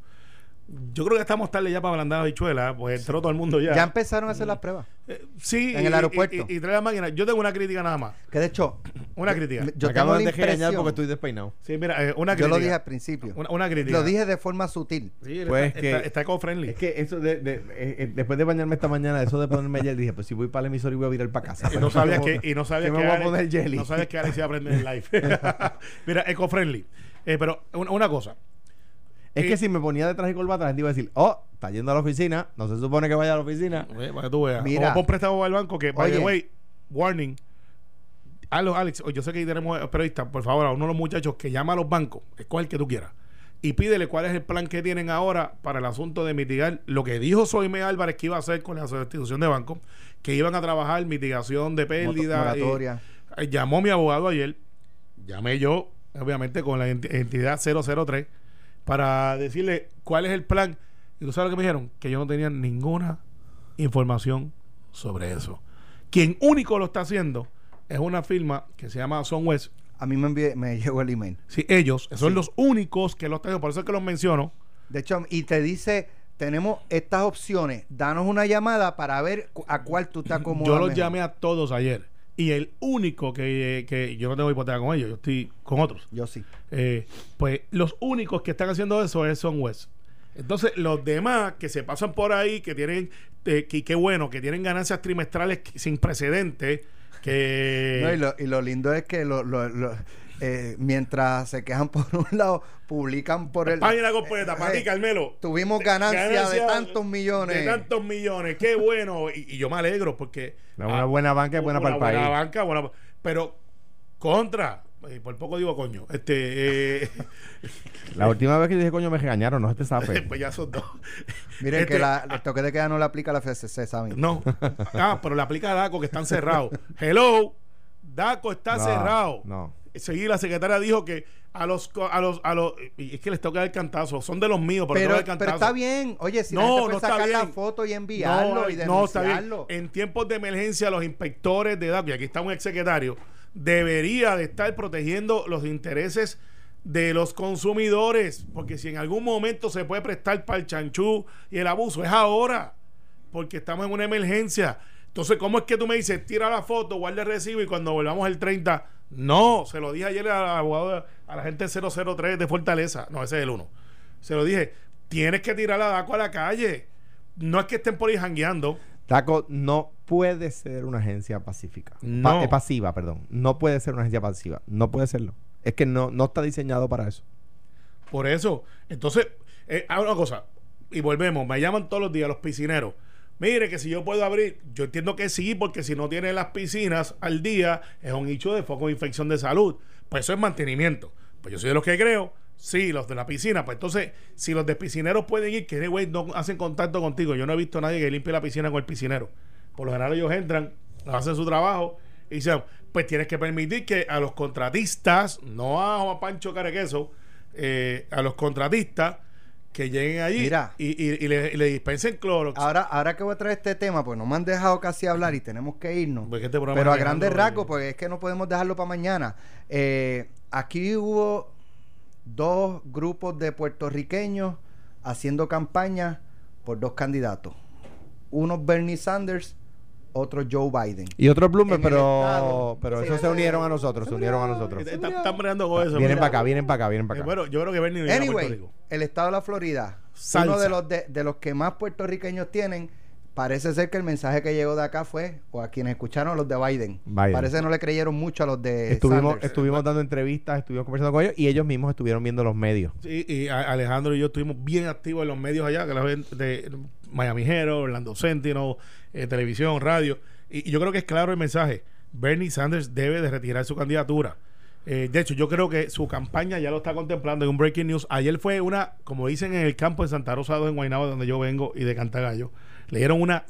Yo creo que estamos tarde ya para ablandar la bichuela, pues entró todo el mundo ya. Ya empezaron a hacer las pruebas. Eh, sí, en y, el aeropuerto. Y, y, y trae la máquina. Yo tengo una crítica nada más. Que de hecho, Una crítica. yo Me tengo acaban la de regañar impresión. porque estoy despeinado. Sí, mira, eh, una Yo crítica. lo dije al principio. Una, una crítica. Lo dije de forma sutil. Sí, Pues está, que- está, está eco-friendly. Es que eso de, de, eh, eh, después de bañarme esta mañana, eso de ponerme ayer, dije, pues si voy para el emisor y voy a virar para casa. Y no sabías que, y no sabías que que, me voy a Alex- poner jelly. no sabías que Alex iba a aprender en live. Mira, eco-friendly. Eh, pero una, una cosa. Es Eh, que si me ponía detrás de corbata, la gente iba a decir, oh, está yendo a la oficina, no se supone que vaya a la oficina. eh, para que tú veas. Mira. O pon préstamo al banco que, by the Oye. way, warning. Alex, yo sé que ahí tenemos periodistas, por favor, a uno de los muchachos que llama a los bancos, escoge el que tú quieras, y pídele cuál es el plan que tienen ahora para el asunto de mitigar lo que dijo Soime Álvarez que iba a hacer con la sustitución de bancos, que iban a trabajar mitigación de pérdida. Moratoria. Y, eh, llamó mi abogado ayer, llamé yo, obviamente, con la ent- entidad cero cero tres, para decirle cuál es el plan. Y tú sabes lo que me dijeron, que yo no tenía ninguna información sobre eso. Quien único lo está haciendo es una firma que se llama Sunwest. A mí me, envié, me llegó el email. Sí, ellos son sí. los únicos que lo están haciendo, por eso es que los menciono. De hecho, y te dice, tenemos estas opciones, danos una llamada para ver cu- a cuál tú te acomodas Yo los mejor. llamé a todos ayer. Y el único que, que yo no tengo hipoteca con ellos, yo estoy con otros. Yo sí. Eh, pues los únicos que están haciendo eso es Sunwest. Entonces, los demás que se pasan por ahí, que tienen, eh, que, que bueno, que tienen ganancias trimestrales sin precedentes, que... No, y, lo, y lo lindo es que lo, lo, lo, eh, mientras se quejan por un lado, publican por el... Página completa, para ti, eh, Carmelo. Tuvimos ganancia, Ganancia de tantos millones. De tantos millones, qué bueno. Y, y yo me alegro porque... Una buena banca es buena para el país. Una buena banca, buena, pero contra... Y por poco digo coño. Este... Eh, La última vez que dije coño me regañaron, no se te sabe. pues ya son dos. Miren Este, que la, el toque de queda no le aplica a la F C C, ¿saben? No. Ah, pero le aplica a DACO que están cerrados. Hello. DACO está No, cerrado. No. Seguí, la secretaria dijo que a los a los a los y es que les toca el cantazo, son de los míos, pero, Pero, les toca el pero cantazo. está bien. Oye, si No, la gente no puede está sacar la bien. foto y enviarlo No, y no, está bien. denunciarlo. En tiempos de emergencia, los inspectores de DACO, y aquí está un exsecretario, debería de estar protegiendo los intereses de los consumidores, porque si en algún momento se puede prestar para el chanchú y el abuso, es ahora, porque estamos en una emergencia. Entonces, ¿cómo es que tú me dices, tira la foto, guarda el recibo y cuando volvamos el treinta? No, se lo dije ayer al abogado, a la gente cero cero tres de Fortaleza, no, ese es el uno. Se lo dije, tienes que tirar la DACO a la calle. No es que estén por ahí jangueando. DACO no puede ser una agencia pacífica. No. Pa- eh, pasiva, perdón. No puede ser una agencia pasiva. No puede serlo. Es que no, no está diseñado para eso. Por eso, entonces, eh, hay una cosa, y volvemos, me llaman todos los días los piscineros. Mire, que si yo puedo abrir, yo entiendo que sí, porque si no tiene las piscinas al día, es un hecho de foco de infección de salud. Pues eso es mantenimiento. Pues yo soy de los que creo, sí, los de la piscina. Pues entonces, si los de piscineros pueden ir, que güey no hacen contacto contigo. Yo no he visto a nadie que limpie la piscina con el piscinero. Por lo general ellos entran, hacen su trabajo y dicen, pues tienes que permitir que a los contratistas, no a Juan Pancho Carequeso, eh, a los contratistas que lleguen allí Mira. y, y, y le, y le dispensen Clorox. Ahora, ahora que voy a traer este tema, pues no me han dejado casi hablar y tenemos que irnos. Porque este programa Pero a es grandes Alejandro, rasgos, pues es que no podemos dejarlo para mañana. Eh, aquí hubo dos grupos de puertorriqueños haciendo campaña por dos candidatos. Uno Bernie Sanders, otro Joe Biden. Y otros Bloomberg, En el pero, estado. pero Sí, esos sí, se unieron a sí. nosotros, se unieron a nosotros. Están están breando con eso. Vienen mira. para acá, vienen para acá, vienen para Eh, acá. bueno, yo creo que Bernie no llega a Puerto Anyway, Rico. el estado de la Florida, Salsa. uno de los de, de los que más puertorriqueños tienen, parece ser que el mensaje que llegó de acá fue, o a quienes escucharon, los de Biden. Biden. Parece que no le creyeron mucho a los de Estuvimos, Sanders. estuvimos dando entrevistas, estuvimos conversando con ellos y ellos mismos estuvieron viendo los medios. Sí, y a- Alejandro y yo estuvimos bien activos en los medios allá, que la ven de Miami Herald, Orlando Sentinel, eh, televisión, radio. Y, y yo creo que es claro el mensaje. Bernie Sanders debe de retirar su candidatura. Eh, de hecho, yo creo que su campaña ya lo está contemplando en un breaking news. Ayer fue una, como dicen en el campo de Santa Rosa en Guaynabo, donde yo vengo, y de Cantagallo, le dieron una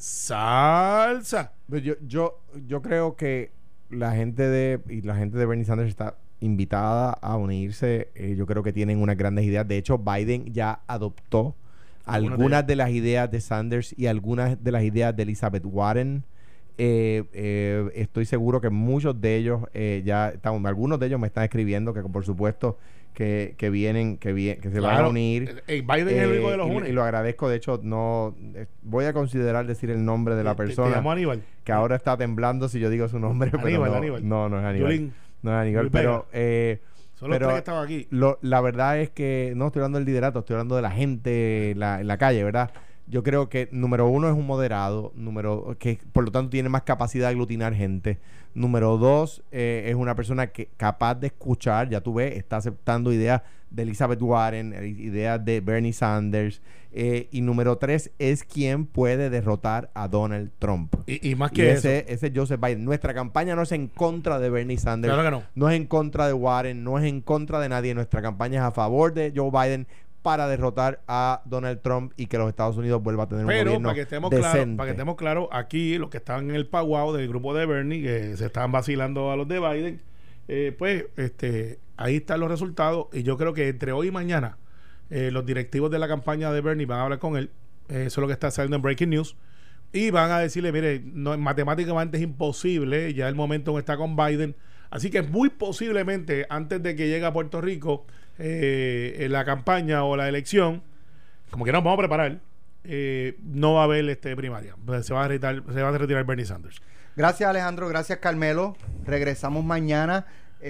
salsa. Pero yo, yo, yo creo que la gente de y la gente de Bernie Sanders está invitada a unirse. Eh, yo creo que tienen unas grandes ideas. De hecho, Biden ya adoptó Algunas algunas de de las ideas de Sanders y algunas de las ideas de Elizabeth Warren. Eh, eh, estoy seguro que muchos de ellos eh, ya están, algunos de ellos me están escribiendo que por supuesto que, que vienen, que bien, que se van a Claro, unir. eh, Biden es el único de los y, unes. y lo agradezco. De hecho, no eh, voy a considerar decir el nombre de la Te- te- persona Te llamó Aníbal. que ahora está temblando si yo digo su nombre, pero Aníbal, no, Aníbal. no, no es Aníbal. Yulín. No es Aníbal, Luis pero Vega. eh, Son los pero tres que estaban aquí. lo, la verdad es que no estoy hablando del liderato, estoy hablando de la gente en la, en la calle, ¿verdad? Yo creo que número uno es un moderado, número que por lo tanto tiene más capacidad de aglutinar gente. Número dos, eh, es una persona que capaz de escuchar, ya tú ves, está aceptando ideas de Elizabeth Warren, ideas de Bernie Sanders. Eh, y número tres, es quien puede derrotar a Donald Trump. Y, y más que y ese, eso. ese Joseph Biden. Nuestra campaña no es en contra de Bernie Sanders. Claro que no. No es en contra de Warren, no es en contra de nadie. Nuestra campaña es a favor de Joe Biden para derrotar a Donald Trump y que los Estados Unidos vuelva a tener Pero, un gobierno para que estemos decente. claros, para que estemos claros, aquí los que estaban en el paguao del grupo de Bernie, que se estaban vacilando a los de Biden, eh, pues este ahí están los resultados. Y yo creo que entre hoy y mañana eh, los directivos de la campaña de Bernie van a hablar con él. Eh, eso es lo que está saliendo en Breaking News. Y van a decirle, mire, no, matemáticamente es imposible, ya el momento está con Biden. Así que muy posiblemente, antes de que llegue a Puerto Rico eh, en la campaña o la elección, como que nos vamos a preparar, eh, no va a haber este primaria. Se va a retirar, se va a retirar Bernie Sanders. Gracias, Alejandro. Gracias, Carmelo. Regresamos mañana.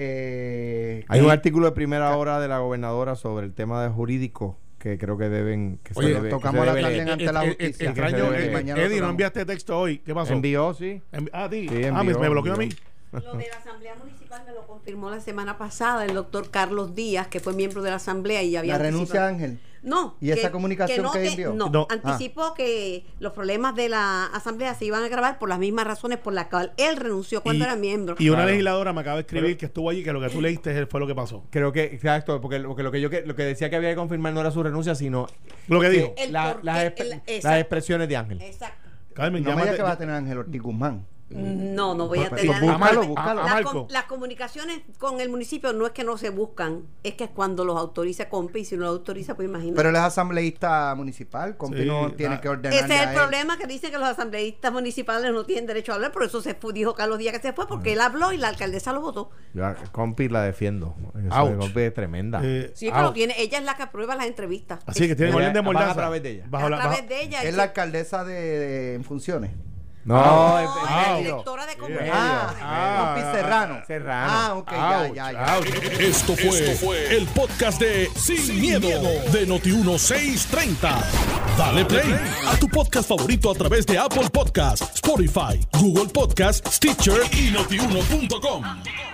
Eh, Hay un artículo de primera hora de la gobernadora sobre el tema de jurídico que creo que deben que Oye, se debe, tocamos que se la debe tarde ante la justicia. El extraño, Que se debe- eh, Eddie, no enviaste texto hoy. ¿Qué pasó? envió, sí. Envi- ah, a ti. Sí, ah, me, envió, me bloqueó a mí. envió. Lo de la Asamblea Municipal me lo confirmó la semana pasada el doctor Carlos Díaz, que fue miembro de la Asamblea y ya había La renuncia de anticipado- Ángel. No. ¿Y esa comunicación no que te- envió? No, No. anticipó que los problemas de la Asamblea se iban a agravar por las mismas razones por las cuales él renunció cuando Y- era miembro. Y una Claro. legisladora me acaba de escribir que estuvo allí, que lo que tú leíste fue lo que pasó. Creo que, exacto, porque, porque lo que yo que, lo que decía que había que confirmar no era su renuncia, sino Lo que dijo. El la- por las, qué, exp- el- las exacto. expresiones de Ángel. Exacto. Carmen, No me digas llámate- que va a tener Ángel Ortiz Guzmán. No, no voy a Pues, tener. pues, búscalo, Las- búscalo. las A Marco. com- Las comunicaciones con el municipio no es que no se buscan, es que cuando los autoriza Compi, y si no los autoriza, pues imagínate. Pero él es asambleísta municipal. Compi Sí, no tiene da- que ordenarle Ese es a el él. problema, que dicen que los asambleístas municipales no tienen derecho a hablar, por eso se fue, dijo Carlos Díaz que se fue, porque él habló y la alcaldesa lo votó. Yo a Compi la defiendo. Eso Ouch. de Compi es tremenda. Eh, Sí, pero out. tiene, ella es la que aprueba las entrevistas. Así que tiene Ella- orden de van a mordaza. través de ella. Bajo a la- través bajo- de ella. Es ese- la alcaldesa de, de- en funciones. no, No, es- es es la medio. directora de comunidad. Ah, Ah, Compi Serrano. Serrano. Ah, ok, ya, Ouch, ya, ya. ouch. Esto fue, Esto fue el podcast de Sin, miedo, de Noti uno seiscientos treinta. Dale play a tu podcast favorito a través de Apple Podcasts, Spotify, Google Podcasts, Stitcher y notiuno punto com.